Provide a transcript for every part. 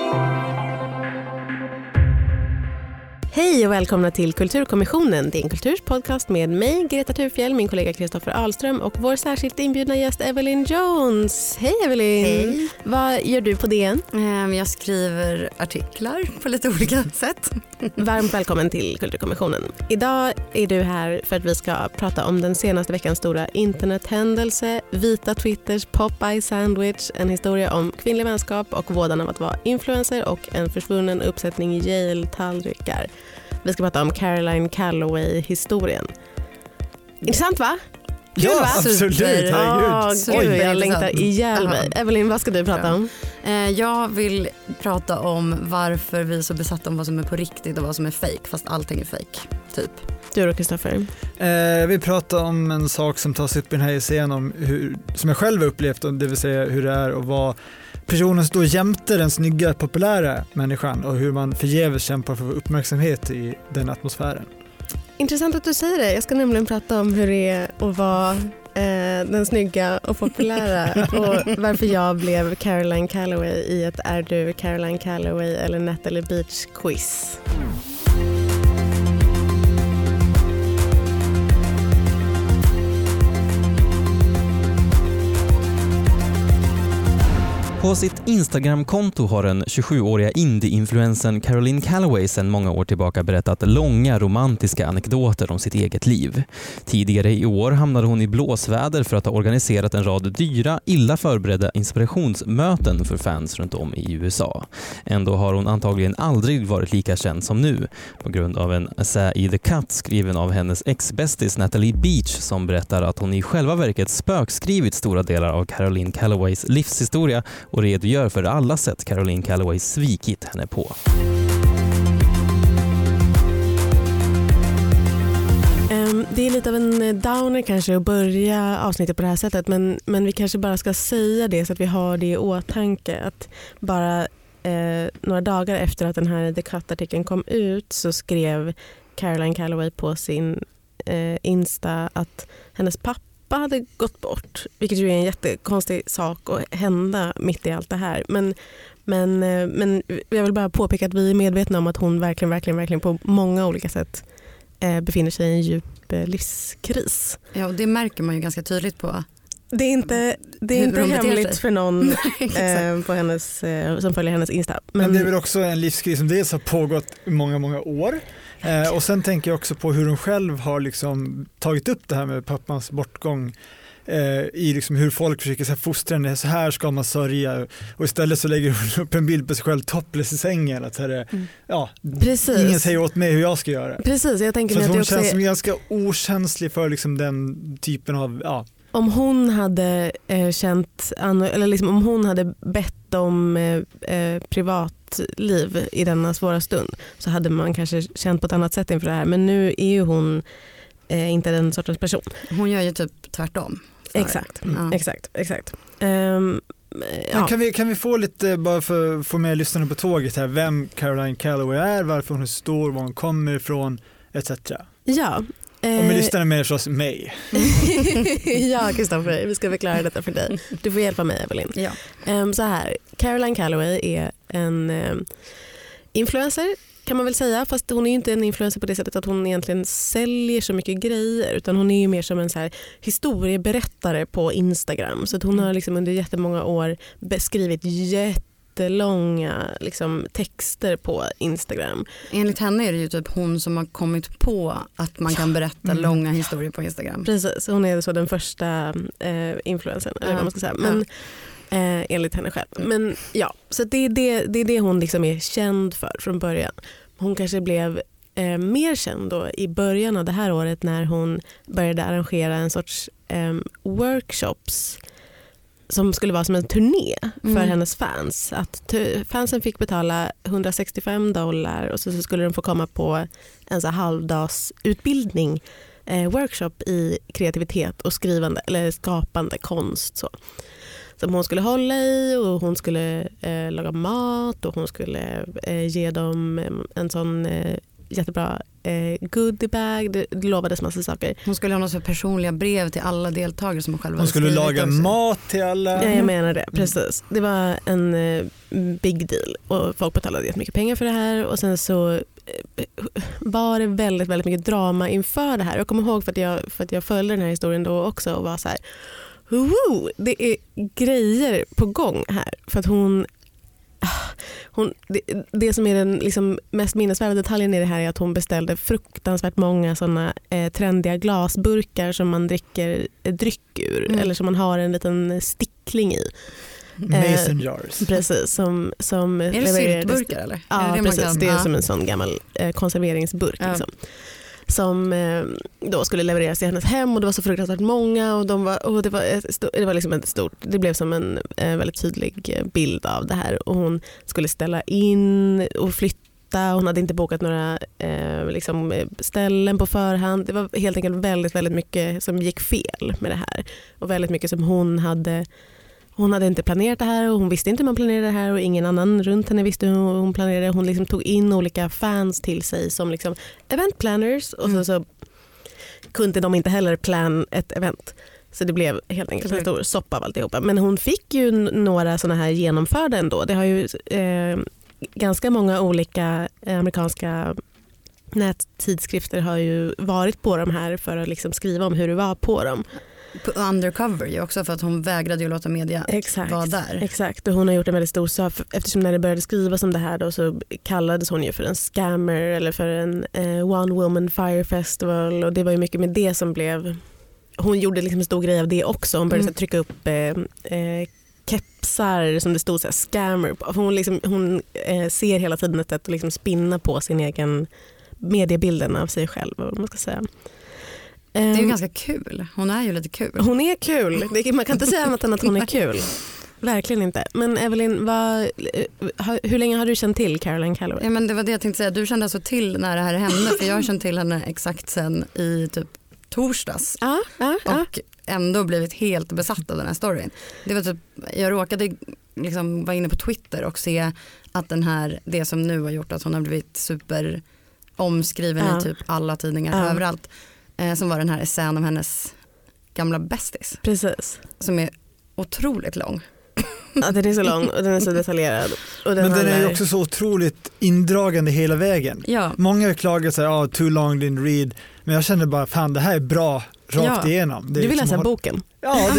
Hej och välkomna till Kulturkommissionen. Det är en kulturspodcast med mig, Greta Thurfjell, min kollega Kristoffer Ahlström och vår särskilt inbjudna gäst Evelyn Jones. Hej Evelyn! Hej! Vad gör du på DN? Jag skriver artiklar på lite olika sätt. Varmt välkommen till Kulturkommissionen. Idag är du här för att vi ska prata om den senaste veckans stora internethändelse, vita Twitters Popeye Sandwich, en historia om kvinnlig vänskap och vådan av att vara influencer och en försvunnen uppsättning Yale-tallrikar. Vi ska prata om Caroline Calloway-historien. Intressant va? Kul, ja, va? absolut. Gud, jag längtar ihjäl mig. Evelyn, vad ska du prata om? Jag vill prata om varför vi är så besatta om vad som är på riktigt och vad som är fake, fast allting är fake, typ. Du och Kristoffer? Vi pratar om en sak som tas upp i den här scenen om som jag själv har upplevt, det vill säga hur det är att vara personen står jämte den snygga, populära människan och hur man förgäves kämpar för uppmärksamhet i den atmosfären. Intressant att du säger det. Jag ska nämligen prata om hur det är att vara den snygga och populära och varför jag blev Caroline Calloway i ett Är du Caroline Calloway eller Natalie Beach quiz. På sitt Instagram-konto har den 27-åriga indie-influensen Caroline Calloway sedan många år tillbaka berättat långa romantiska anekdoter om sitt eget liv. Tidigare i år hamnade hon i blåsväder för att ha organiserat en rad dyra, illa förberedda inspirationsmöten för fans runt om i USA. Ändå har hon antagligen aldrig varit lika känd som nu på grund av en essä i The Cut skriven av hennes ex-bästis Natalie Beach som berättar att hon i själva verket spökskrivit stora delar av Caroline Calloways livshistoria och redogör för alla sätt Caroline Calloway svikit henne på. Det är lite av en downer kanske att börja avsnittet på det här sättet, men vi kanske bara ska säga det så att vi har det i åtanke att bara några dagar efter att den här The Cut-artikeln kom ut så skrev Caroline Calloway på sin Insta att hennes pappa hade gått bort, vilket ju är en jättekonstig sak att hända mitt i allt det här. Men jag vill bara påpeka att vi är medvetna om att hon verkligen på många olika sätt befinner sig i en djup livskris. Ja, och det märker man ju ganska tydligt på. Det är inte hemligt för någon på hennes, som följer hennes Insta. Men det är väl också en livskris som dels har pågått i många år. Och sen tänker jag också på hur hon själv har liksom tagit upp det här med pappans bortgång i liksom hur folk försöker så här fostra henne, så här ska man sörja, och istället så lägger hon upp en bild på sig själv topless i sängen att här, ingen säger åt mig hur jag ska göra. Precis, jag tänker så att hon också känns som ganska okänslig för liksom den typen av om hon hade eller liksom om hon hade bett om privatliv i denna svåra stund så hade man kanske känt på ett annat sätt inför det här, men nu är ju hon inte den sortens person. Hon gör ju typ tvärtom. Exakt. Kan vi få lite, bara för att få med lyssnarna på tåget här, vem Caroline Calloway är, varför hon är stor, var hon kommer ifrån, etc. Ja. Och med lyssnarna med förstås mig. Ja, Kristoffer, vi ska förklara detta för dig. Du får hjälpa mig, Evelyn. Ja. Så här, Caroline Calloway är en influencer kan man väl säga, fast hon är ju inte en influencer på det sättet att hon egentligen säljer så mycket grejer, utan hon är ju mer som en så här historieberättare på Instagram. Så att hon har liksom under jättemånga år beskrivit jättelånga liksom texter på Instagram. Enligt henne är det ju typ hon som har kommit på att man kan berätta långa historier på Instagram. Precis, hon är så den första influencern eller vad man ska säga. Men enligt henne själv. Men ja, så det är det hon liksom är känd för från början. Hon kanske blev mer känd då i början av det här året när hon började arrangera en sorts workshops som skulle vara som en turné för hennes fans. Att fansen fick betala $165 och så skulle de få komma på en så halvdags utbildning, workshop i kreativitet och skrivande eller skapande konst så. Som hon skulle hålla i, och hon skulle laga mat och hon skulle ge dem en sån jättebra goodiebag, det lovades massa saker. Hon skulle ha något så personliga brev till alla deltagare som hon själv hon skulle laga mat till alla. Ja, jag menar det, precis. Det var en big deal och folk betalade jättemycket pengar för det här och sen så var det väldigt, väldigt mycket drama inför det här. Jag kommer ihåg för att jag följde den här historien då också och var så här, det är grejer på gång här för att det som är den liksom mest minnesvärda detaljen i det här är att hon beställde fruktansvärt många såna trendiga glasburkar som man dricker dryck ur eller som man har en liten stickling i. Mason jars. Precis, som är det syltburkar eller? Ja, precis. Det är som en sån gammal konserveringsburk liksom. Som då skulle levereras till hennes hem och det var så fruktansvärt många och det var liksom ett stort, det blev som en väldigt tydlig bild av det här och hon skulle ställa in och flytta, hon hade inte bokat några liksom ställen på förhand. Det var helt enkelt väldigt, väldigt mycket som gick fel med det här och väldigt mycket som hon hade inte planerat det här och hon visste inte hur man planerade det här och ingen annan runt henne visste hur hon planerade. Hon liksom tog in olika fans till sig som liksom event planners och så kunde de inte heller plan ett event. Så det blev helt enkelt en stor soppa av alltihopa. Men hon fick ju några sådana här genomförda ändå. Det har ju ganska många olika amerikanska nättidskrifter har ju varit på de här för att liksom skriva om hur det var på dem. På undercover ju också för att hon vägrade ju låta media vara där. Exakt, och hon har gjort en väldigt stor sak eftersom när det började skrivas om det här då så kallades hon ju för en scammer eller för en one woman fire festival och det var ju mycket med det som blev, hon gjorde liksom en stor grej av det också, hon började trycka upp kepsar som det stod så här scammer på. Hon ser hela tiden ett sätt att liksom spinna på sin egen mediebilden av sig själv, vad man ska säga. Det är ju ganska kul. Hon är ju lite kul. Hon är kul. Man kan inte säga annat än att hon är kul. Verkligen inte. Men Evelyn, hur länge har du känt till Caroline Calloway? Ja, men det var det jag tänkte säga. Du kände alltså till när det här hände för jag har känt till henne exakt sen i typ torsdags. Och ändå blivit helt besatt av den här storyn. Det var typ, jag råkade liksom vara inne på Twitter och se att det som nu har gjort att hon har blivit super omskriven i typ alla tidningar överallt. Som var den här essän om hennes gamla bästis. Precis. Som är otroligt lång. Ja, den är så lång och den är så detaljerad. Och men den är ju också så otroligt indragande hela vägen. Ja. Många klagar sig, too long didn't read. Men jag känner bara, fan det här är bra rakt igenom. Det är du vill liksom läsa boken? Ja,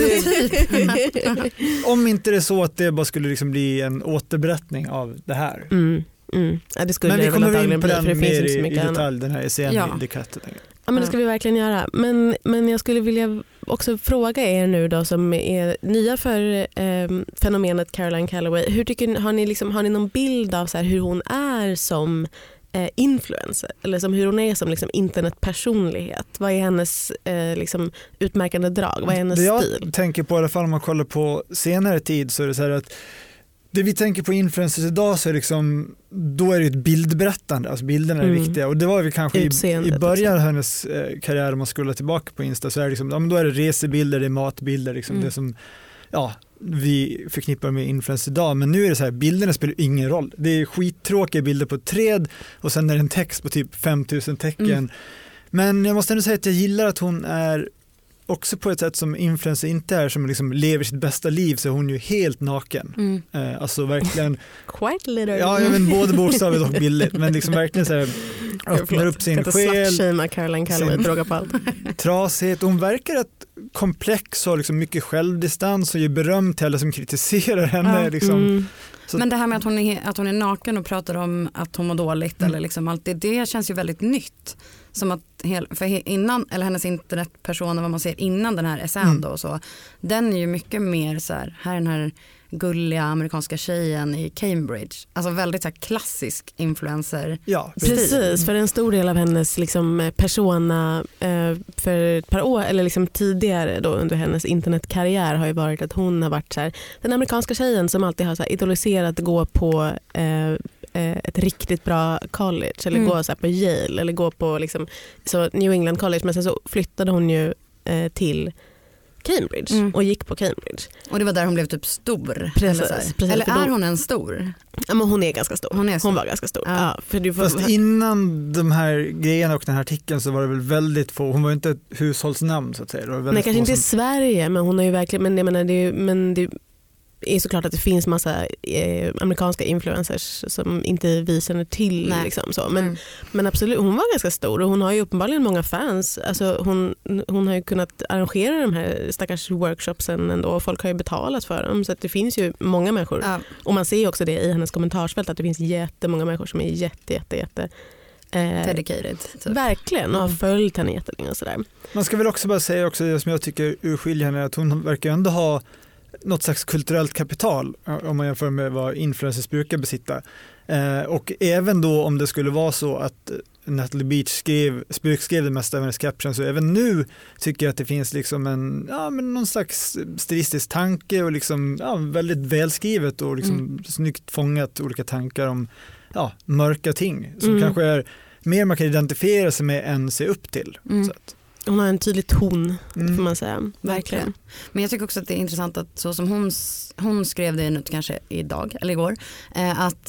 om inte det är så att det bara skulle liksom bli en återberättning av det här. Ja, det skulle men vi kommer in på den för det mer finns så mycket i detalj, den här essän i Decatur. Ja, men det ska vi verkligen göra. Men jag skulle vilja också fråga er nu då som är nya för fenomenet Caroline Calloway. Har ni någon bild av så här, hur hon är som influencer? Eller som hur hon är som liksom, internetpersonlighet? Vad är hennes liksom, utmärkande drag? Vad är hennes stil? Jag tänker på, i alla fall om man kollar på senare tid, så är det så här att det vi tänker på influencers idag så är liksom, då är det ett bildberättande, alltså bilderna är viktiga och det var vi kanske i början av hennes karriär om man skulle tillbaka på Insta så är det liksom, då är det resebilder, det är matbilder liksom, det som vi förknippar med influencers idag, men nu är det så här, bilderna spelar ingen roll, det är skittråkiga bilder på ett träd och sen är det en text på typ 5000 tecken men jag måste ändå säga att jag gillar att hon är också på ett sätt som influencer inte är, som liksom lever sitt bästa liv, så hon är ju helt naken. Alltså verkligen quite literally. Ja, men både bokstavligt och billigt, men liksom verkligen så här, öppnar upp sin själ. Caroline Calloway, droga på allt. Trasigt. Hon verkar rätt komplex och liksom mycket självdistans och ger beröm till alla som kritiserar henne. Liksom. Men det här med att hon är naken och pratar om att hon mår dåligt eller liksom allt det känns ju väldigt nytt. Som att för innan, eller hennes internetpersoner, vad man ser innan den här essän då och så, den är ju mycket mer så här är den här gulliga amerikanska tjejen i Cambridge. Alltså väldigt så här klassisk influencer. Ja, precis. För en stor del av hennes liksom, persona för ett par år, eller liksom tidigare då, under hennes internetkarriär har ju varit att hon har varit så här, den amerikanska tjejen som alltid har så här, idoliserat att gå på ett riktigt bra college eller gå så här, på Yale eller gå på liksom, så New England College, men sen så flyttade hon ju till Cambridge och gick på Cambridge. Och det var där hon blev typ stor. Precis, eller är hon en stor? Ja, men hon är ganska stor. Hon var ganska stor. Ja. För du får... Fast innan de här grejerna och den här artikeln så var det väl väldigt få. Hon var ju inte ett hushållsnamn så att säga. Nej, kanske inte i Sverige, men hon har ju verkligen, men jag menar, det är såklart att det finns massa amerikanska influencers som inte vi känner till. Liksom, så. Men absolut, hon var ganska stor och hon har ju uppenbarligen många fans. Alltså, hon har ju kunnat arrangera de här stackars workshopsen ändå, och folk har ju betalat för dem, så att det finns ju många människor. Ja. Och man ser ju också det i hennes kommentarsfält, att det finns jättemånga människor som är jätte dedicated. Typ. Verkligen, och har följt henne jättelänge och sådär. Man ska väl också bara säga också det som jag tycker urskiljer henne, att hon verkar ändå ha något slags kulturellt kapital om man jämför med vad influencers brukar besitta. Och även då om det skulle vara så att Natalie Beach skrev det mesta av hennes caption, så även nu tycker jag att det finns liksom någon slags stilistisk tanke och liksom, väldigt välskrivet och liksom snyggt fångat olika tankar om mörka ting som kanske är mer man kan identifiera sig med än se upp till. Så att. Hon har en tydlig ton, får man säga. Verkligen. Men jag tycker också att det är intressant att så som hon skrev det nu kanske idag eller igår, att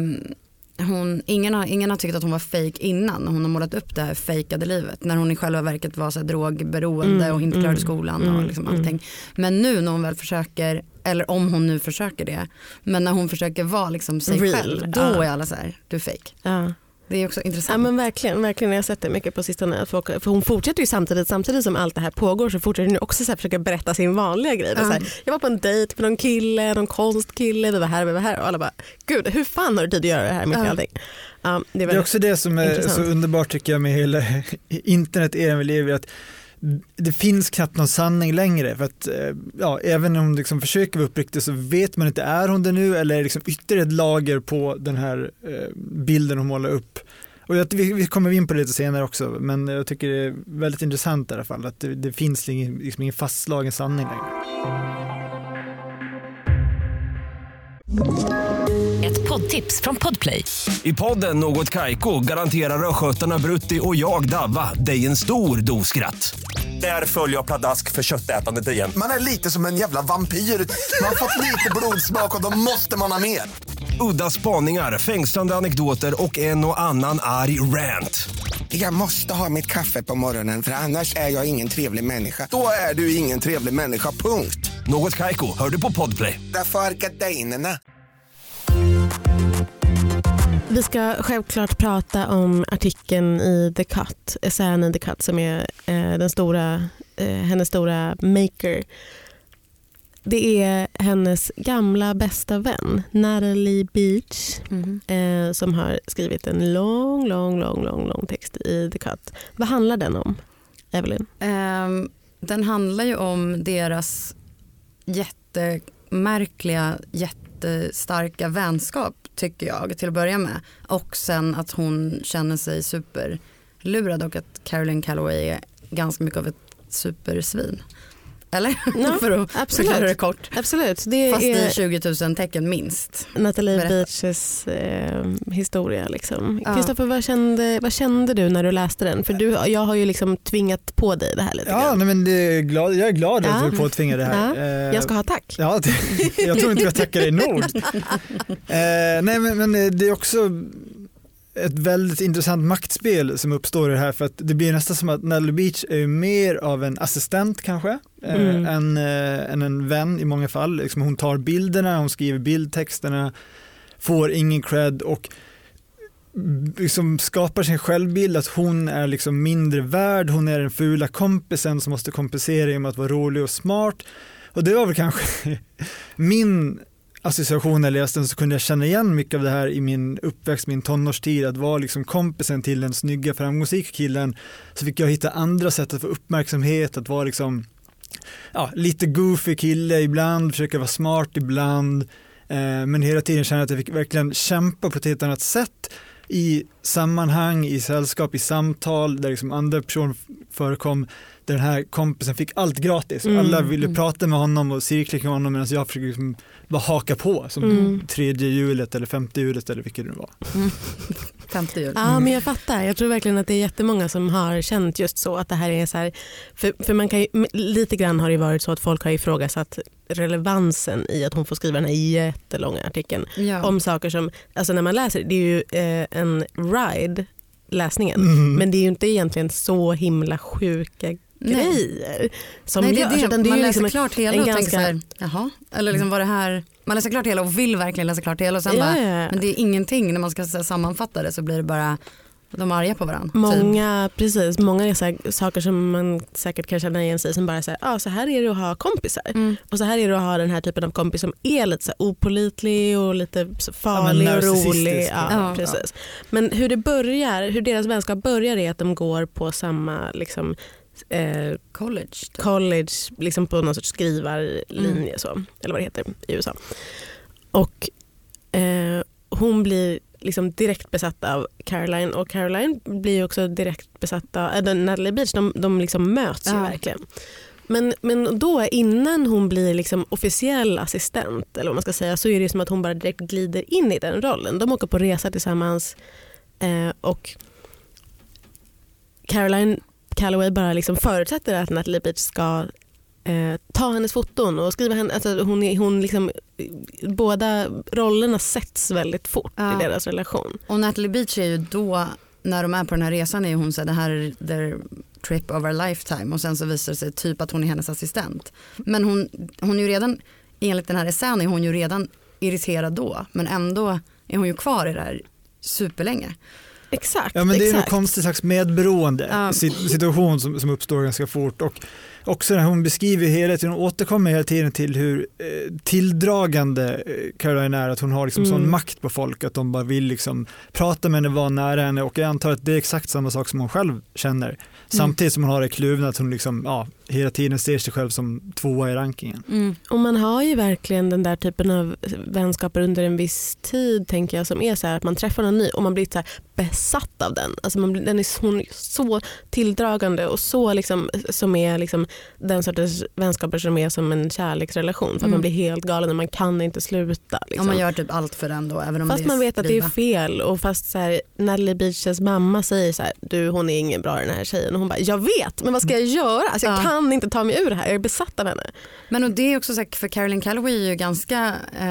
ingen har tyckt att hon var fake innan. Hon har målat upp det här fejkade livet när hon i själva verket var så här drogberoende och inte klarade skolan och liksom allting. Men nu när hon väl försöker, eller om hon nu försöker det, men när hon försöker vara liksom sig själv, då är alla så här, du är fake. Ja. Det är också intressant. Ja, men verkligen, jag har sett det mycket på sistone. För hon fortsätter ju samtidigt som allt det här pågår, så fortsätter hon också så här försöka berätta sin vanliga grej. Så här, jag var på en dejt med någon konstkille, vi var här och alla bara, gud, hur fan har du tid att göra det här mycket allting? Det är också det som är så underbart tycker jag med hela internet-eran vi lever i, att det finns knappt någon sanning längre, för att även om hon liksom försöker vara uppriktig så vet man inte, är hon det nu eller är det liksom ytterligare ett lager på den här bilden hon målar upp. Och vi kommer in på det lite senare också, men jag tycker det är väldigt intressant i alla fall att det finns liksom ingen fastslagen sanning längre. Ett poddtips från Podplay. I podden Något Kaiko garanterar röskötarna Brutti och jag Davva dig en stor doskratt. Där följer jag pladask för köttätandet igen. Man är lite som en jävla vampyr. Man har fått lite blodsmak och då måste man ha mer. Udda spaningar, fängslande anekdoter och en och annan arg rant. Jag måste ha mitt kaffe på morgonen, för annars är jag ingen trevlig människa. Då är du ingen trevlig människa, punkt. Något Kaiko, hör du på Podplay. Därför är gardinerna. Vi ska självklart prata om artikeln i The Cut, essän i The Cut, som är hennes stora maker. Det är hennes gamla bästa vän, Natalie Beach, som har skrivit en lång text i The Cut. Vad handlar den om, Evelyn? Den handlar ju om deras jättemärkliga, jättestarka vänskap, tycker jag, till att börja med. Och sen att hon känner sig superlurad och att Caroline Calloway är ganska mycket av ett supersvin. Eller? Ja, för att förklara det kort. Absolut. Det fast i 20 000 tecken minst. Natalie Beaches historia. Kristoffer, vad kände du när du läste den? För jag har ju liksom tvingat på dig det här lite grann. Nej, men jag är glad att du påtvingar det här. Jag ska ha tack. Ja, jag tror inte jag tackar dig nog. Nej, men det är också ett väldigt intressant maktspel som uppstår i det här, för att det blir nästan som att Natalie Beach är mer av en assistent kanske än en vän i många fall. Liksom hon tar bilderna, hon skriver bildtexterna, får ingen cred och liksom skapar sin självbild att hon är liksom mindre värd, hon är den fula kompisen som måste kompensera genom att vara rolig och smart. Och det var väl kanske min association när jag läste den, så kunde jag känna igen mycket av det här i min uppväxt, min tonårstid, att vara liksom kompisen till den snygga framgångsrika killen. Så fick jag hitta andra sätt att få uppmärksamhet, att vara liksom lite goofy kille ibland, försöka vara smart ibland, men hela tiden känna att jag fick verkligen kämpa på ett helt annat sätt i sammanhang, i sällskap, i samtal där liksom andra personer förekom. Den här kompisen fick allt gratis. Alla ville prata med honom och cirkla kring honom, medan jag försökte liksom bara haka på som tredje hjulet eller femte hjulet eller vilket det nu var. 5 jul. Ja, men jag fattar. Jag tror verkligen att det är jättemånga som har känt just så att det här är så här, för man kan ju, lite grann har det varit så att folk har ifrågasatt relevansen i att hon får skriva den här jättelånga artikeln om saker som, alltså när man läser, det är ju en ride läsningen, men det är ju inte egentligen så himla sjuka grejer som Nej, det görs. är det. Man läser liksom klart hela och tänker så här, jaha, eller liksom var det här, man läser klart hela och vill verkligen läsa klart hela och sen bara, men det är ingenting, när man ska sammanfatta det så blir det bara, de är arga på varandra. Många, typ. Precis, många är så här, saker som man säkert kan känna igen sig som bara säger, så här är det att ha kompisar. Och så här är det att ha den här typen av kompis som är lite så här opålitlig och lite så farlig och rolig. Precis. Men hur det börjar, hur deras vänskap börjar är att de går på samma liksom, college liksom på någon sorts skrivarlinje så, eller vad det heter i USA. Och hon blir liksom direkt besatt av Caroline och Caroline blir också direkt besatt av Natalie Beach. De liksom möts ju verkligen. Men då innan hon blir liksom officiell assistent eller vad man ska säga, så är det som att hon bara direkt glider in i den rollen. De åker på resa tillsammans och Caroline Calloway bara liksom förutsätter att Natalie Beach ska ta hennes foton och skriva henne, alltså hon liksom, båda rollerna sätts väldigt fort i deras relation. Och Natalie Beach är ju då, när de är på den här resan, är hon så här, det här är their trip of our lifetime, och sen så visar det sig typ att hon är hennes assistent. Men hon är ju redan, enligt den här essän är hon ju redan irriterad då, men ändå är hon ju kvar i det här superlänge. Exakt. Ja, men det är en konstig slags medberoende situation som uppstår ganska fort, och också när hon beskriver hela tiden, hon återkommer hela tiden till hur tilldragande Caroline är, att hon har liksom sån makt på folk att de bara vill liksom prata med henne, vara nära henne, och jag antar att det är exakt samma sak som hon själv känner, samtidigt som hon har det kluvna att hon liksom, hela tiden ser sig själv som 2:a i rankingen. Och man har ju verkligen den där typen av vänskaper under en viss tid, tänker jag, som är så här att man träffar någon ny och man blir så här besatt av den. Alltså hon är så tilldragande och så liksom, som är liksom den sortens vänskaper som är som en kärleksrelation, för att man blir helt galen och man kan inte sluta. Liksom. Och man gör typ allt för den då, även om fast det är man vet att det är skriva. fel, och fast så här, Natalie Beaches mamma säger så här, du, hon är ingen bra, den här tjejen, och hon bara, jag vet, men vad ska jag göra? Alltså, jag kan inte ta mig ur det här, jag är besatt av henne. Men och det är också så här, för Caroline Calloway är ju ganska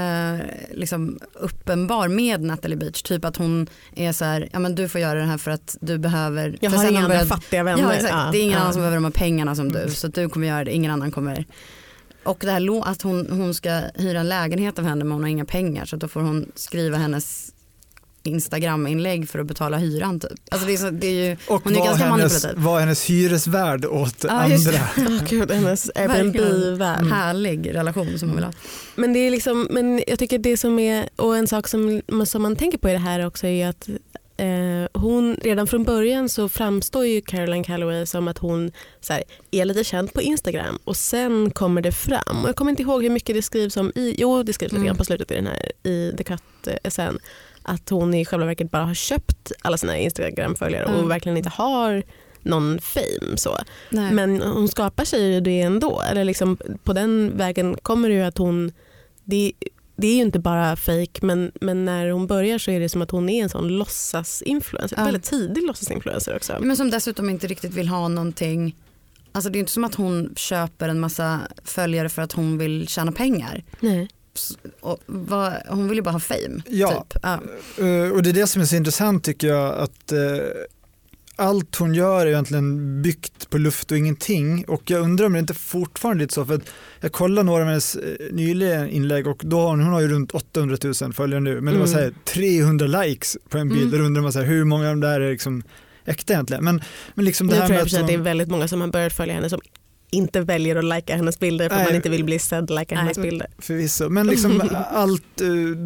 liksom uppenbar med Natalie Beach, typ att hon är så här, ja men du får göra det här för att du behöver, jag har inga andra fattiga vänner. Ja, exakt. Det är ingen annan som behöver de här pengarna som du, så att du kommer göra det, ingen annan kommer. Och det här att hon ska hyra en lägenhet av henne, men hon har inga pengar, så då får hon skriva hennes Instagram-inlägg för att betala hyran typ. Alltså det är ju, och hon är ganska manipulativ. Var hennes hyresvärd åt andra. Gud, hennes Airbnb-värld. Härlig relation som hon vill ha. Men det är liksom, men jag tycker det som är, och en sak som man tänker på i det här också är att hon redan från början så framstår ju Caroline Calloway som att hon så här, är lite känd på Instagram, och sen kommer det fram, och jag kommer inte ihåg hur mycket det skrivs om det skrivs lite grann på slutet i den här i The Cut-essän, att hon i själva verket bara har köpt alla sina Instagram-följare och verkligen inte har någon fame så. Nej. Men hon skapar sig ju det ändå, eller liksom på den vägen kommer det ju att hon, det är ju inte bara fake, men när hon börjar så är det som att hon är en sån låtsasinfluencer, väldigt tidig låtsasinfluencer också. Men som dessutom inte riktigt vill ha någonting, alltså det är inte som att hon köper en massa följare för att hon vill tjäna pengar. Nej. Hon vill ju bara ha fame. Ja, typ. Och det är det som är så intressant tycker jag, att allt hon gör är egentligen byggt på luft och ingenting, och jag undrar om det inte fortfarande är lite så, för att jag kollar några av hennes nyliga inlägg, och då hon har ju runt 800 000 följare nu, men det var så här 300 likes på en bild, och då undrar man så här, hur många av de där är liksom äkta egentligen, men liksom det nu här tror med jag att det är väldigt många som har börjat följa henne som inte väljer att lajka hennes bilder för att man inte vill bli sedd lajka hennes bilder. Förvisso, men liksom allt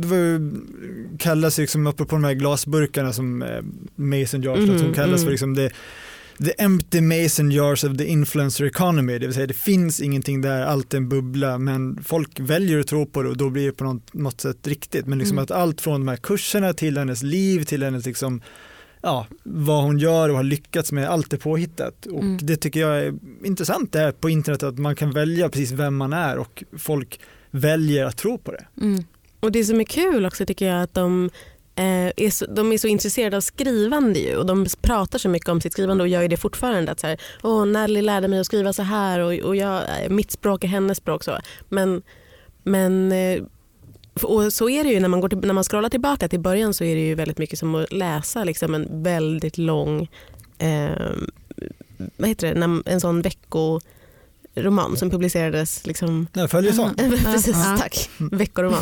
kallas liksom, apropå de här glasburkarna som Mason Jars, att hon kallas för liksom the empty mason jars of the influencer economy, det vill säga det finns ingenting där, allt är en bubbla, men folk väljer att tro på det, och då blir det på något sätt riktigt, men liksom att allt från de här kurserna till hennes liv, till hennes liksom vad hon gör och har lyckats med, allt är påhittat, och det tycker jag är intressant det här på internet, att man kan välja precis vem man är och folk väljer att tro på det. Och det som är kul också tycker jag att de de är så intresserade av skrivande ju, och de pratar så mycket om sitt skrivande och gör ju det fortfarande. Att så här, Nelly lärde mig att skriva så här och mitt språk är hennes språk. Så. Men och så är det ju när man scrollar tillbaka till början, så är det ju väldigt mycket som att läsa liksom en väldigt lång vad heter det, en sån veckoroman som publicerades liksom. Följer så. Precis, tack. Veckoroman.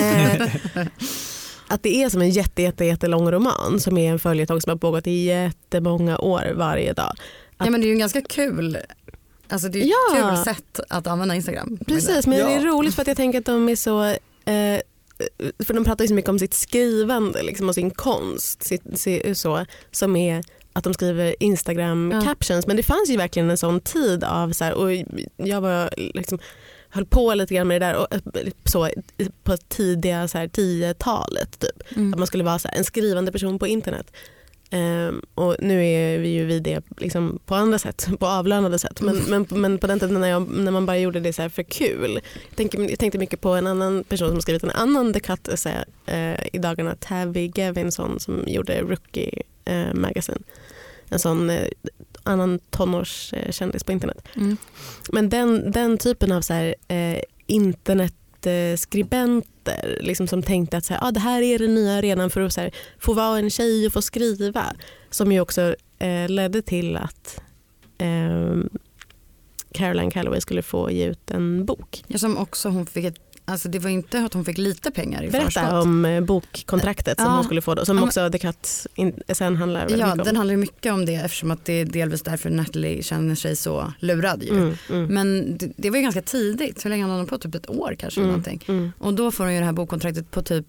Att det är som en jättelång roman som är en följetong som har pågått i jättemånga år varje dag. Ja, men det är ju en ganska kul, alltså det är ett kul sätt att använda Instagram. Precis, men det är roligt för att jag tänker att de är så för de pratar ju så mycket om sitt skrivande liksom, och sin konst så, som är att de skriver Instagram captions, men det fanns ju verkligen en sån tid av så här, och jag var liksom höll på lite grann med det där och, så, på tidiga 10-talet typ. Att man skulle vara så här, en skrivande person på internet. Och nu är vi ju vid det liksom, på andra sätt, på avlönade sätt. Men på den tiden när man bara gjorde det så här för kul. Jag tänkte mycket på en annan person som har skrivit en annan The Cut-essä i dagarna, Tavi Gevinson, som gjorde Rookie Magazine. En sån annan tonårskändis på internet. Men den typen av så här, internetskribenter liksom, som tänkte att så här, det här är det nya redan för att så här, få vara en tjej och få skriva, som ju också ledde till att Caroline Calloway skulle få ge ut en bok. Ja, som också hon fick alltså det var inte att hon fick lite pengar i förskott. Berätta om bokkontraktet som hon skulle få då, som också The Cut sen handlar väldigt mycket om. Den handlar mycket om det, eftersom att det är delvis därför Natalie känner sig så lurad ju. Men det var ju ganska tidigt, hur länge hade hon på? Typ ett år kanske någonting. Och då får hon ju det här bokkontraktet på typ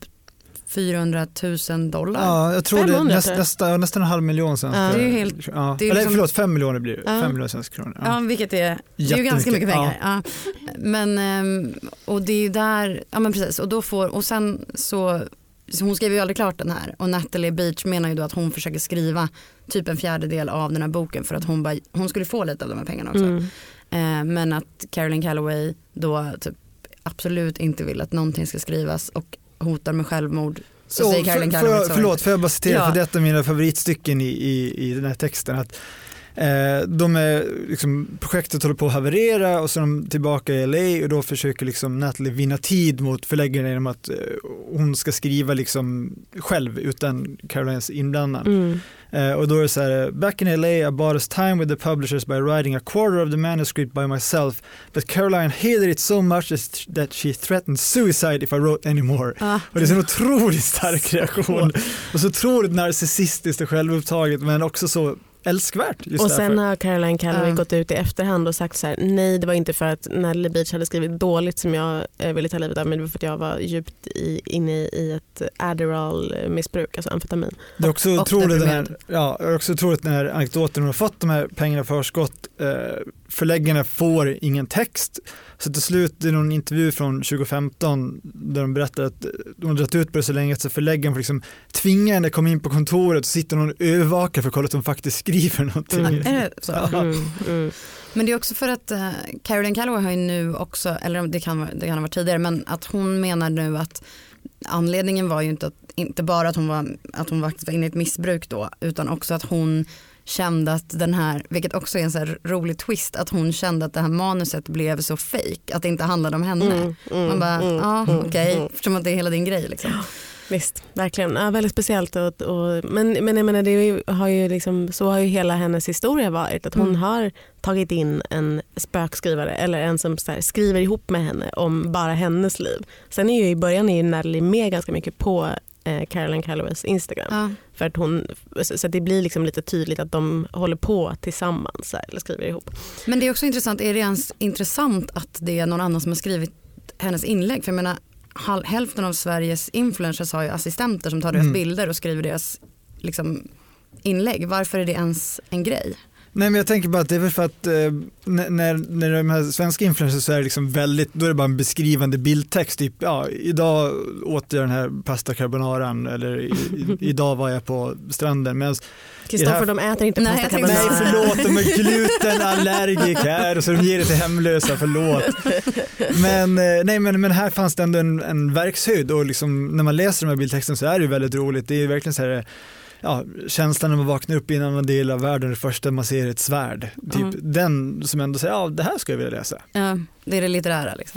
$400,000. Ja, jag tror 500, det nästan 500,000 sen. Det är ju helt... Ja. Det är eller liksom, förlåt, 5 miljoner blir det. 5 miljoner svenska kronor. Ja, vilket är ju ganska mycket pengar. Ja. Men, och det är ju där... Ja, men precis. Och då och sen så hon skrev ju aldrig klart den här. Och Natalie Beach menar ju då att hon försöker skriva typ en fjärdedel av den här boken för att hon skulle få lite av de här pengarna också. Men att Caroline Calloway då typ absolut inte vill att någonting ska skrivas och hotar med självmord. Så säger Caroline Calloway. Förlåt, får jag bara citera, för detta är mina favoritstycken i den här texten, att de är liksom, projektet håller på att haverera och så är de tillbaka i LA och då försöker liksom Natalie vinna tid mot förläggaren genom att hon ska skriva liksom själv utan Carolines inblandan. Och då är det så här: back in LA I bought us time with the publishers by writing a quarter of the manuscript by myself, but Caroline hated it so much that she threatened suicide if I wrote any more. Och det är en otroligt stark reaktion och så otroligt narcissistiskt och självupptaget, men också så älskvärt. Just och därför. Sen har Caroline Calloway gått ut i efterhand och sagt så här: nej, det var inte för att Natalie Beach hade skrivit dåligt som jag ville ta livet av, men det var för att jag var djupt inne i ett Adderall-missbruk, alltså amfetamin. Det är också otroligt den här anekdoten, hon har fått de här pengarna förskott, förläggarna får ingen text, så till slut i någon intervju från 2015 där de berättar att de har dragit ut på det så länge att förläggaren får liksom tvinga henne att komma in på kontoret och sitta någon övervakare för att kolla att de faktiskt skriver någonting. Men det är också för att Caroline Calloway har ju nu också, eller det kan ha varit tidigare, men att hon menar nu att anledningen var ju inte bara att hon faktiskt var inne i ett missbruk då, utan också att hon kände att den här, vilket också är en så här rolig twist, att hon kände att det här manuset blev så fake, att det inte handlade om henne. Man bara, okej, eftersom att det är hela din grej liksom. Visst, verkligen. Ja, väldigt speciellt. Men jag menar, det har ju liksom, så har ju hela hennes historia varit. Att hon har tagit in en spökskrivare eller en som så här, skriver ihop med henne om bara hennes liv. Sen är ju i början är ju Natalie med ganska mycket på Caroline Calloways Instagram. För att så att det blir liksom lite tydligt att de håller på tillsammans så här, eller skriver ihop. Men det är också intressant. Är det ens intressant att det är någon annan som har skrivit hennes inlägg? För jag menar, hälften av Sveriges influencers har ju assistenter som tar deras bilder och skriver deras liksom, inlägg. Varför är det ens en grej? Nej, men jag tänker bara att det är väl för att när de här svenska influencers så är det liksom väldigt, då är det bara en beskrivande bildtext typ, ja, idag åt jag den här pasta carbonaran eller idag var jag på stranden. Men Kristoffer, de äter inte pasta carbonara. Nej, förlåt, de är glutenallergiker så de ger det till hemlösa, förlåt. Men här fanns det ändå en verkshöjd och liksom, när man läser de här bildtexten så är det ju väldigt roligt. Det är ju verkligen så här, ja, känslan när man vaknar upp i en annan del av världen, det första man ser ett svärd. Typ den som ändå säger, ja, det här ska jag vilja läsa. Ja, det är det litterära liksom.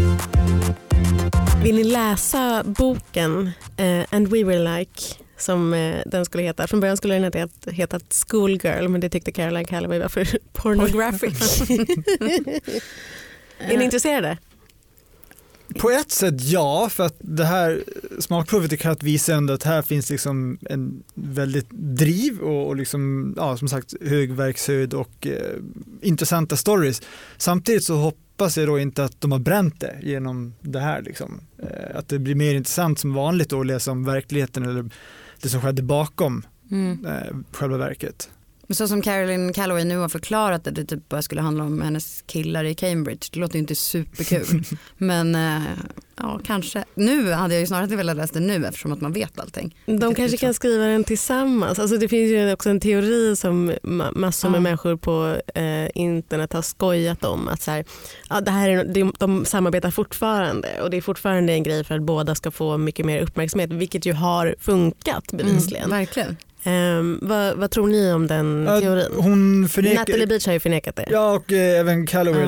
Vill ni läsa boken And We Were Like, som den skulle heta? Från början skulle den heta Schoolgirl, men det tyckte Caroline Calloway var för pornographic. Är ni intresserade? På ett sätt ja, för att det här smakprovet i Katt visar ändå att här finns liksom en väldigt driv och liksom, ja, som sagt hög verkshöjd och intressanta stories. Samtidigt så hoppas jag då inte att de har bränt det genom det här liksom. Att det blir mer intressant som vanligt att läsa om verkligheten eller det som skedde bakom själva verket. Så som Caroline Calloway nu har förklarat att det typ bara skulle handla om hennes killar i Cambridge. Det låter ju inte superkul. Men ja, kanske. Nu hade jag ju snarare velat läsa det nu eftersom att man vet allting. De kanske kan skriva den tillsammans. Alltså det finns ju också en teori som massor med människor på internet har skojat om. Att så här, ja, det här är, de samarbetar fortfarande och det är fortfarande en grej för att båda ska få mycket mer uppmärksamhet. Vilket ju har funkat bevisligen. Verkligen. Vad tror ni om den teorin? Natalie Beach har ju förnekat det. Ja, och även Calloway.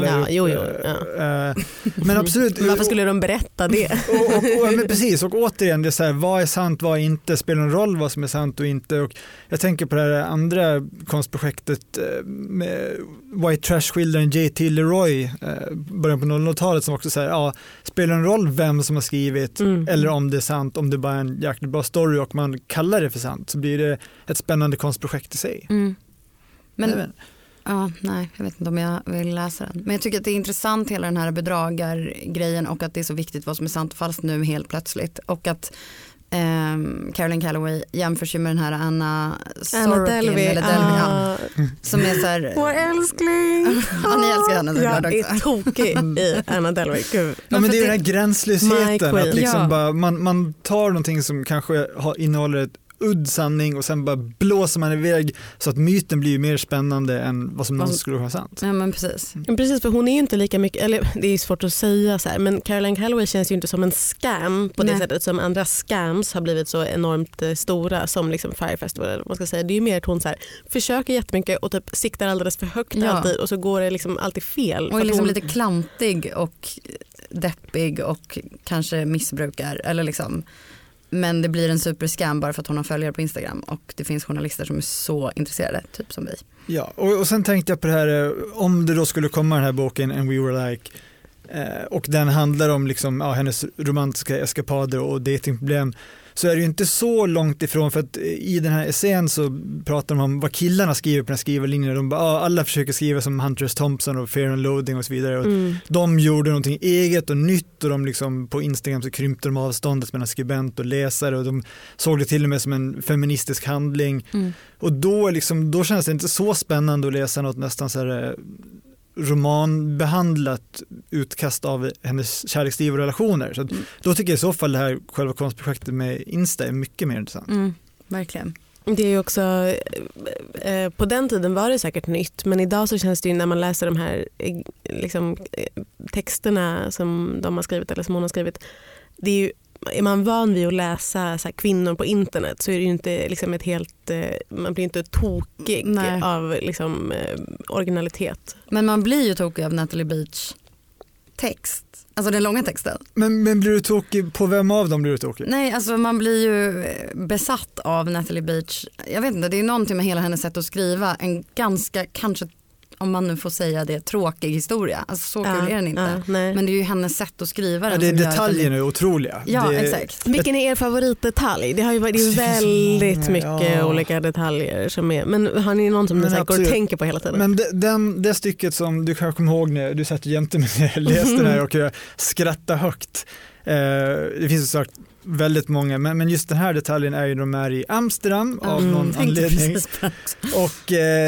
Men absolut. Varför skulle de berätta det? Men precis, och återigen, det är så här, vad är sant, vad är inte? Spelar en roll vad som är sant och inte? Och jag tänker på det här andra konstprojektet med White Trash-skildaren J.T. Leroy början på 00-talet som också säger, ja, spelar en roll vem som har skrivit eller om det är sant, om det bara är en jäkligt bra story och man kallar det för sant, så blir det ett spännande konstprojekt i sig. Men nej, jag vet inte om jag vill läsa den. Men jag tycker att det är intressant hela den här bedragargrejen och att det är så viktigt vad som är sant och falskt nu helt plötsligt. Och att Caroline Calloway jämförs ju med den här Anna Delvey, som är så här, vår älskling. Ni älskar henne så jag är tokig i Anna Delvey. Ja, men det är den här gränslösheten att liksom bara, man tar någonting som kanske innehåller ett uddsanning och sen bara blåser man iväg så att myten blir mer spännande än vad som någonsin skulle vara sant. Ja, men precis. Precis, för hon är ju inte lika mycket, eller det är svårt att säga så här, men Caroline Calloway känns ju inte som en scam på det sättet som andra scams har blivit så enormt stora som liksom Fire Festival eller vad man ska säga. Det är ju mer att hon så här, försöker jättemycket och typ siktar alldeles för högt alltid och så går det liksom alltid fel. Och är liksom lite klantig och deppig och kanske missbrukar eller liksom. Men det blir en superskam bara för att hon har följare på Instagram och det finns journalister som är så intresserade, typ som vi. Ja, och sen tänkte jag på det här, om det då skulle komma den här boken And We Were Like och den handlar om liksom, hennes romantiska eskapader och datingproblem, så är det ju inte så långt ifrån, för att i den här essän så pratar de om vad killarna skriver på den här skrivarlinjen. De bara, alla försöker skriva som Hunter S. Thompson och Fear and Loathing och så vidare. Och de gjorde någonting eget och nytt och de liksom, på Instagram så krympte de avståndet mellan skribent och läsare och de såg det till och med som en feministisk handling. Och då, liksom, då känns det inte så spännande att läsa något nästan så här romanbehandlat utkast av hennes kärleksliv och relationer. Så då tycker jag i så fall det här själva konstprojektet med Insta är mycket mer intressant. Verkligen. Det är ju också, på den tiden var det säkert nytt, men idag så känns det ju när man läser de här liksom, texterna som de har skrivit eller som hon har skrivit, det är ju, är man van vid att läsa så här, kvinnor på internet så är det ju inte liksom ett helt, man blir inte tokig av liksom, originalitet. Men man blir ju tokig av Natalie Beach text. Alltså den långa texten. Men blir du tokig på vem av dem blir du tokig? Nej, alltså man blir ju besatt av Natalie Beach. Jag vet inte, det är någonting med hela hennes sätt att skriva. En ganska, kanske om man nu får säga det, tråkig historia. Alltså så kul är den inte. Men det är ju hennes sätt att skriva den. Det är detaljerna är otroliga. Ja, exakt. Vilken är er favoritdetalj? Det har ju varit väldigt mycket olika detaljer som är. Men har ni någon som ni går och tänker på hela tiden? Men det stycket som du kanske kommer ihåg när du satt jämte mig när jag läste den här och jag skrattade högt. Det finns väldigt många, men just den här detaljen är ju de är i Amsterdam av någon anledning. Och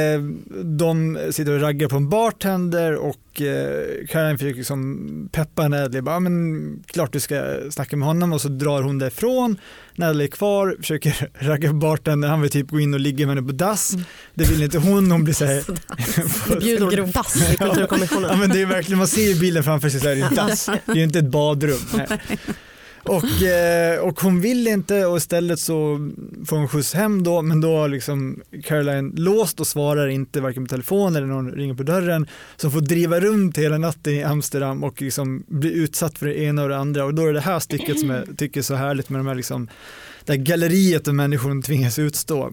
de sitter och raggar på en bartender och Caroline fick liksom peppa Natalie, bara, men klart du ska snacka med honom, och så drar hon därifrån. Natalie är kvar, försöker ragga på bartender, han vill typ gå in och ligga med henne på dass. Det vill inte hon blir så här det bjuder dass i kulturkommissionen. Ja, men det är verkligen, man ser ju bilden framför sig så här, det är en dass. Det är ju inte ett badrum. Nej. Och hon vill inte, och istället så får hon skjuts hem då, men då har liksom Caroline låst och svarar inte varken på telefon eller när hon ringer på dörren, så hon får driva runt hela natten i Amsterdam och liksom bli utsatt för det ena och det andra. Och då är det här stycket som jag tycker är så härligt med de här liksom, det här galleriet av människor hon tvingas utstå.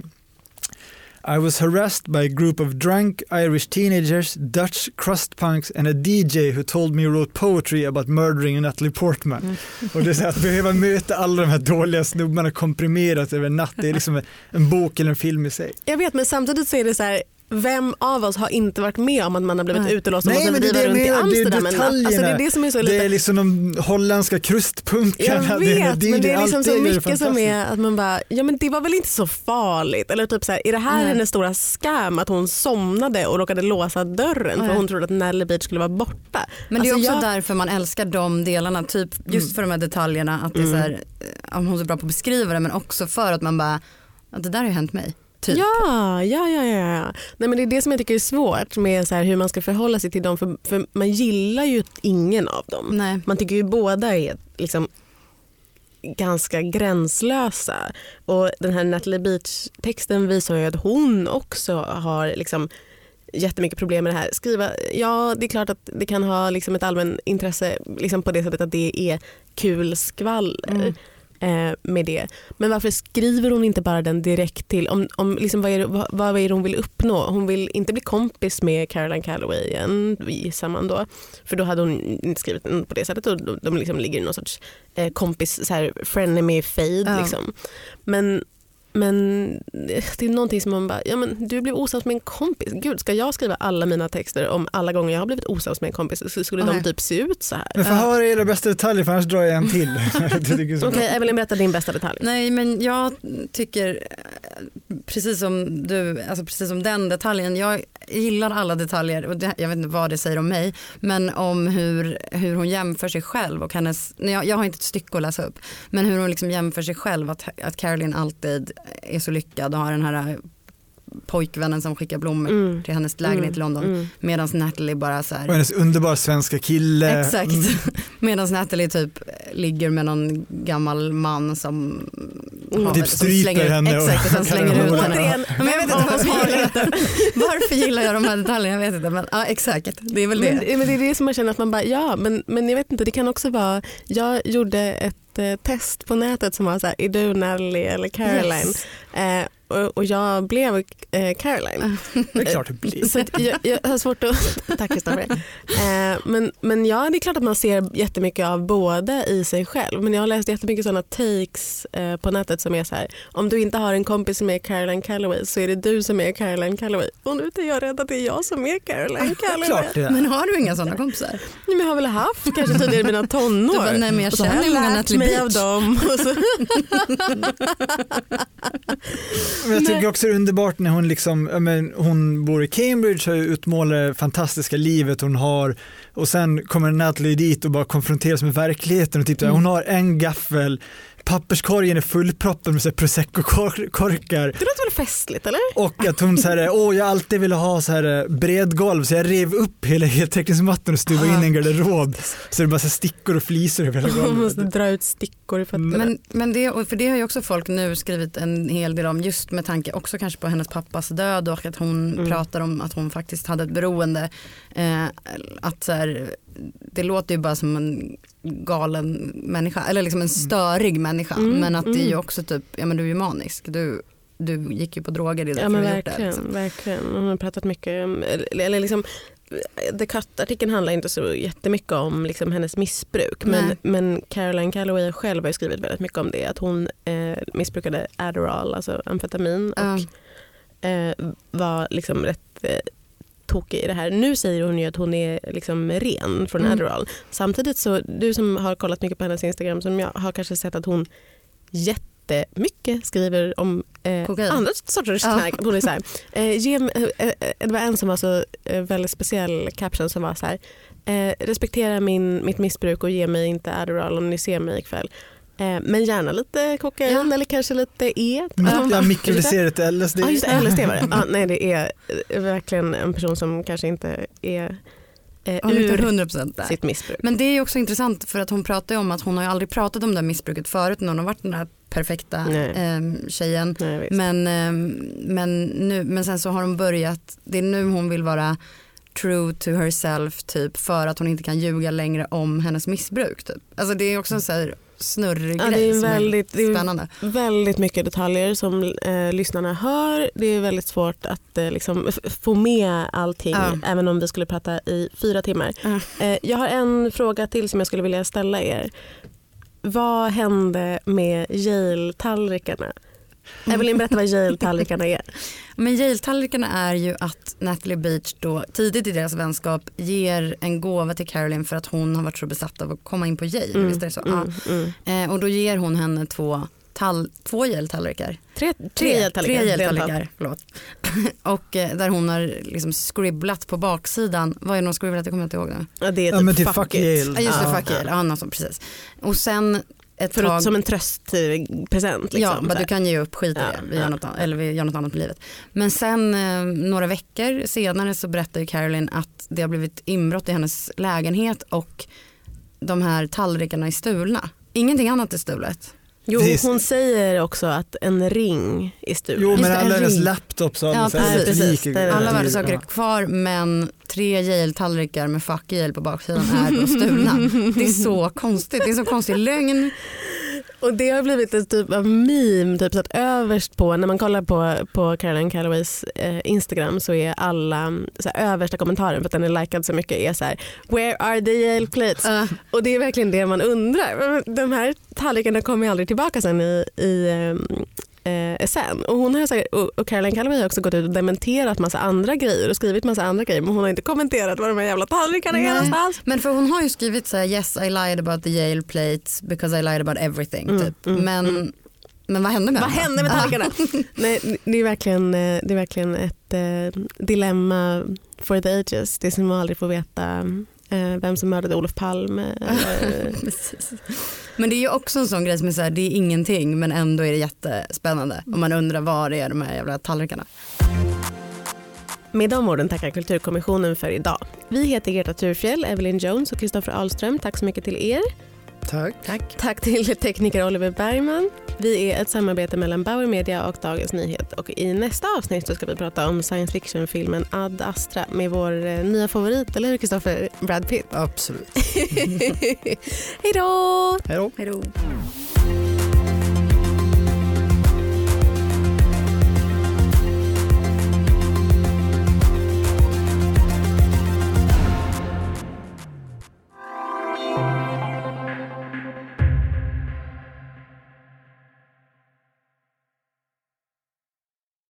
I was harassed by a group of drunk Irish teenagers, Dutch crust punks and a DJ who told me he wrote poetry about murdering Natalie Portman. Och det är så att behöva möta alla de här dåliga snubbarna komprimerat över en natt. Det är liksom en bok eller en film i sig. Jag vet, men samtidigt så är det så här, vem av oss har inte varit med om att man har blivit utelåst och måste driva runt i Amsterdam en natt? Alltså det är det som är så lite... Det är liksom de holländska krustpunkarna. Jag vet, men det är liksom så mycket som är att man bara, ja men det var väl inte så farligt. Eller typ så här, är det här hennes stora scam att hon somnade och råkade låsa dörren för hon trodde att Natalie Beach skulle vara borta? Men det är också därför man älskar de delarna, typ just för de här detaljerna, att det är så här, hon är så bra på att beskriva det, men också för att man bara, att det där har ju hänt mig. Typ. Ja. Nej, men det är det som jag tycker är svårt med så här, hur man ska förhålla sig till dem. För man gillar ju ingen av dem. Nej. Man tycker ju båda är liksom ganska gränslösa. Och den här Natalie Beach-texten visar ju att hon också har liksom jättemycket problem med det här. Skriva, ja det är klart att det kan ha liksom ett allmän intresse liksom på det sättet att det är kul skvaller. Med det. Men varför skriver hon inte bara den direkt till om liksom, vad är det hon vill uppnå? Hon vill inte bli kompis med Caroline Calloway igen, gissar man då. För då hade hon inte skrivit den på det sättet och de liksom ligger i någon sorts kompis, så här frenemy fade liksom. Men det är någonting som man bara, ja men du blev osams med en kompis. Gud, ska jag skriva alla mina texter om alla gånger jag har blivit osams med en kompis, så skulle de typ se ut så här. Men för höra era bästa detaljer, för annars drar jag en till. Okej, Evelyn, berätta din bästa detalj. Nej, men jag tycker precis som du, alltså precis som den detaljen, jag gillar alla detaljer och jag vet inte vad det säger om mig, men om hur hon jämför sig själv och hennes, jag har inte ett stycke att läsa upp, men hur hon liksom jämför sig själv, att Caroline alltid är så lyckad och har den här pojkvännen som skickar blommor till hennes lägenhet i London, medan Natalie bara så här, och hennes underbara svenska kille. Exakt. Medan Natalie typ ligger med någon gammal man som typ stryper henne och sen slänger ut henne. Men jag vet inte varför gillar jag de här detaljerna, jag vet inte, men ja, exakt, det är väl det. Men det är det som man känner att man bara, ja men jag vet inte, det kan också vara, jag gjorde ett test på nätet som var så här, är du Natalie eller Caroline? Yes. Och jag blev Caroline. Det är klart det blir. Så jag har svårt att... Tack Kristoffer. Men ja, det är klart att man ser jättemycket av båda i sig själv. Men jag har läst jättemycket sådana takes på nätet som är så här, om du inte har en kompis som är Caroline Calloway så är det du som är Caroline Calloway. Och nu är jag rädd att det är jag som är Caroline Calloway. Klart det är. Men har du inga sådana kompisar? Nej, men jag har väl haft kanske tidigare i mina tonår. Bara, nej, men jag känner ju många Natalie Beach av dem. Och så. Men jag tycker också det är underbart när hon liksom, hon bor i Cambridge och utmålar det fantastiska livet hon har, och sen kommer Natalie dit och bara konfronteras med verkligheten och typ hon har en gaffel, papperskorgen är fullproppen med prosecco-korkar. Det låter väl festligt, eller? Och att hon säger, jag alltid ville ha så här bredgolv, så jag rev upp hela heltäckningsmattan och stuvade in en garderob, så det är bara så stickor och flisor över hela golvet. Hon måste dra ut stickor i fötterna. Men det har ju också folk nu skrivit en hel del om, just med tanke också kanske på hennes pappas död och att hon pratar om att hon faktiskt hade ett beroende. Att så här, det låter ju bara som en galen människa, eller liksom en störig människa, men att det är ju också typ, ja men du är ju manisk, du gick ju på droger i det. Ja men verkligen. Hon har pratat mycket eller liksom, The Cut-artikeln handlar inte så jättemycket om liksom hennes missbruk, men Caroline Calloway själv har ju skrivit väldigt mycket om det, att hon missbrukade Adderall, alltså amfetamin, och var liksom rätt tokig i det här. Nu säger hon ju att hon är liksom ren från Adderall. Samtidigt så, du som har kollat mycket på hennes Instagram, som jag har kanske sett att hon jättemycket skriver om andra sorters knark. Hon är så här, det var en som var så väldigt speciell caption som var så här, respektera mitt missbruk och ge mig inte Adderall om ni ser mig ikväll. Men gärna lite kokain eller kanske lite mikrodoserat LSD. Ja, just LSD var det. Nej, det är verkligen en person som kanske inte är ur 100% där. Sitt missbruk. Men det är också intressant för att hon pratar ju om att hon har aldrig pratat om det här missbruket förut när hon har varit den här perfekta tjejen. Nej, men sen så har hon börjat, det är nu hon vill vara true to herself typ för att hon inte kan ljuga längre om hennes missbruk typ. Alltså det är också en så här snurrig grej det är som väldigt, är spännande. Det är väldigt mycket detaljer som lyssnarna hör. Det är väldigt svårt att liksom få med allting även om vi skulle prata i 4 timmar. Jag har en fråga till som jag skulle vilja ställa er. Vad hände med Yale-tallrikarna? Evelyn, berätta vad Yale-tallrikarna är. Men Yale-tallrikarna är ju att Natalie Beach då tidigt i deras vänskap ger en gåva till Caroline för att hon har varit så besatt av att komma in på Yale. Visst är det så? Och då ger hon henne 2 Yale-tallrikar. 3 Yale-tallrikar. Förlåt. Och där hon har liksom skribblat på baksidan. Vad är det hon skribblat? Jag kommer inte ihåg det. Ja, det är typ fuck Yale. Ja, just det, fuck Yale. Ja, något precis. Och sen som en tröstpresent. Liksom, ja, men du kan ge upp skit i det. Vi gör något annat med livet. Men sen några veckor senare så berättar ju Caroline att det har blivit inbrott i hennes lägenhet och de här tallrikarna är stulna. Ingenting annat är stulet. Jo, hon säger också att en ring är stulen. Jo, men alla hennes laptops och alla värdesaker är kvar, men 3 Yale-tallrikar med fuck Yale på baksidan är då stulna. Det är så konstigt, det är en så konstig lögn. Och det har blivit ett typ av meme, typ så att överst på, när man kollar på Caroline Calloways Instagram så är alla så här, översta kommentaren för att den är likad så mycket är så här: where are the Yale plates? Och det är verkligen det man undrar. De här tallrikarna kommer aldrig tillbaka sen sen. Och hon har sagt, och Caroline Calloway har också gått ut och dementerat massa andra grejer och skrivit massa andra grejer, men hon har inte kommenterat vad de här jävla tallrikarna är någonstans. Men för hon har ju skrivit så här: yes, I lied about the Yale plates because I lied about everything typ. Men vad hände med tallrikarna? Nej, det är verkligen ett dilemma for the ages. Det är som man aldrig får veta vem som mördade Olof Palme. Men det är ju också en sån grej som är så här, det är ingenting men ändå är det jättespännande om man undrar vad det är de här jävla tallrikarna. Med de orden tackar Kulturkommissionen för idag. Vi heter Greta Thurfjell, Evelyn Jones och Kristoffer Ahlström. Tack så mycket till er. Tack till tekniker Oliver Bergman. Vi är ett samarbete mellan Bauer Media och Dagens Nyhet. Och i nästa avsnitt så ska vi prata om science fiction-filmen Ad Astra med vår nya favorit, eller hur Kristoffer? Brad Pitt. Absolut. Hej då! Hej då.